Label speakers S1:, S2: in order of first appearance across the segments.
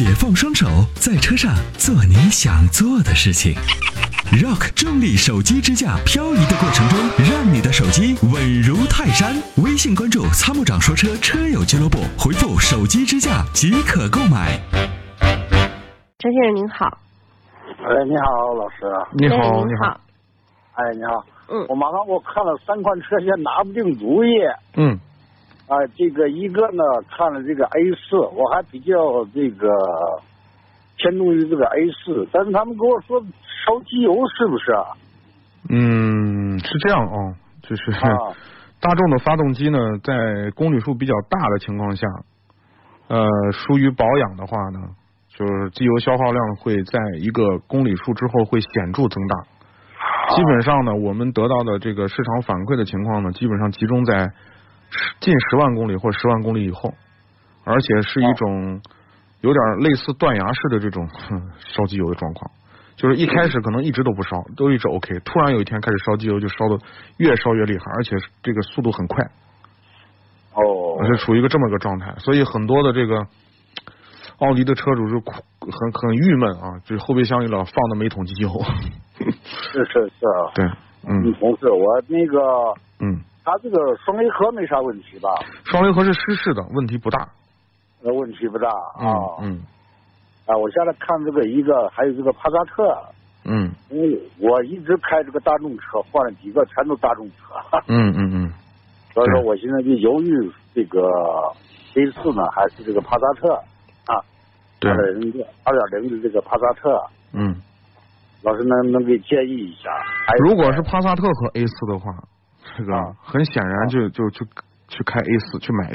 S1: 解放双手，在车上做你想做的事情。Rock 重力手机支架，漂移的过程中，让你的手机稳如泰山。微信关注参谋长说车车友俱乐部，回复手机支架即可购买。
S2: 陈先生您好。
S3: 你好，老师。
S4: 你好，
S2: 你好。
S3: 你好。我马上看了3款车，现在拿不定主意。这个一个呢，看了这个 A4，我还比较这个偏重于这个 A4，但是他们跟我说烧机油是不是啊？
S4: 是这样啊，就是大众的发动机呢，在公里数比较大的情况下，疏于保养的话呢，就是机油消耗量会在一个公里数之后会显著增大。基本上呢，我们得到的这个市场反馈的情况呢，基本上集中在近10万公里或10万公里以后，而且是一种有点类似断崖式的这种烧机油的状况，就是一开始可能一直都不烧，都一直 OK， 突然有一天开始烧机油，就烧的越烧越厉害，而且这个速度很快。是处于一个这么一个状态，所以很多的这个奥迪的车主是很郁闷啊，就是后备箱里老放的每桶机油。
S3: 是啊。
S4: 对，
S3: 同事，我那个它这个双离合没啥问题吧？
S4: 双离合是湿式的，问题不大。
S3: 问题不大啊。我现在看这个还有这个帕萨特。我一直开这个大众车，换了几个全都大众车。所以说我现在就犹豫这个 A4 呢，还是这个帕萨特啊？对，2.0的这个帕萨特。老师能给建议一下？
S4: 如果是帕萨特和 A4 的话，这个很显然就去开 A4，去买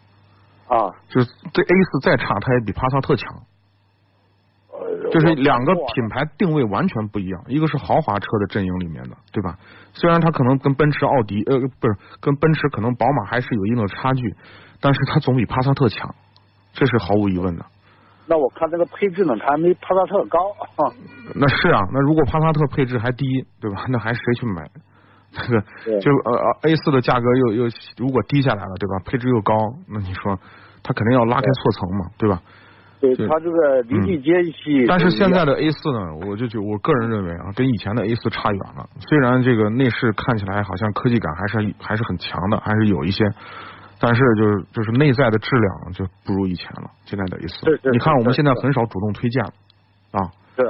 S4: A4。就是这 A4 再差，它也比帕萨特强。就是两个品牌定位完全不一样，一个是豪华车的阵营里面的，对吧？虽然它可能跟奔驰、奥迪不是跟奔驰可能宝马还是有一定的差距，但是它总比帕萨特强，这是毫无疑问的。
S3: 那我看这个配置呢，它还没帕萨特高。
S4: 那是啊，那如果帕萨特配置还低，对吧？那还谁去买？这个就A4 的价格又如果低下来了，对吧？配置又高，那你说它肯定要拉开错层嘛，对吧？
S3: 对，它这个离地间隙。
S4: 但是现在的 A4 呢，我个人认为啊，跟以前的 A4 差远了。虽然这个内饰看起来好像科技感还是很强的，还是有一些，但是就是内在的质量就不如以前了。现在的 A4，你看我们现在很少主动推荐了啊。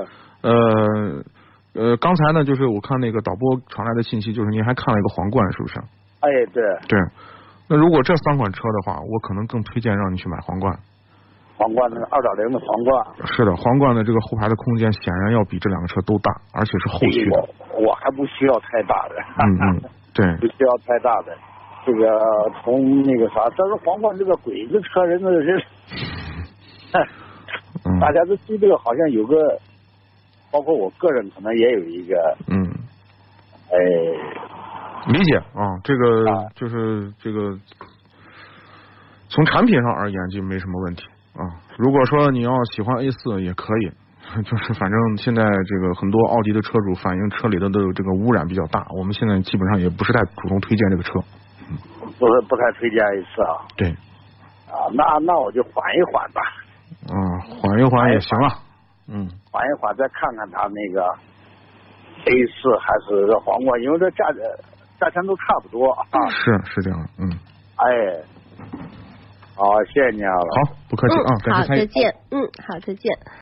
S4: 刚才呢，就是我看那个导播传来的信息，就是您还看了一个皇冠，是不是？对。那如果这3款车的话，我可能更推荐让你去买皇冠。
S3: 皇冠那个2.0的皇冠。是
S4: 的，皇冠的这个后排的空间显然要比这2个车都大，而且是后驱的。
S3: 我还不需要太大的。
S4: 对。
S3: 不需要太大的。这个从那个啥，但是皇冠这个鬼子车人的人，大家都对这个好像有个，包括我个人可能也有一个。
S4: 理解啊，这个就是这个从产品上而言就没什么问题啊。如果说你要喜欢 A4 也可以，就是反正现在这个很多奥迪的车主反映车里的都有这个污染比较大，我们现在基本上也不是太主动推荐这个车。
S3: 不太推荐 A4 啊。对。那我就缓一缓吧。
S4: 缓一缓也行了。
S3: 缓一缓再看看它那个 A4 还是这皇冠，因为这价钱都差不多啊。
S4: 是这样。
S3: 好，谢谢你啊。
S4: 好，不客气啊。
S2: 好，再见。好，再见。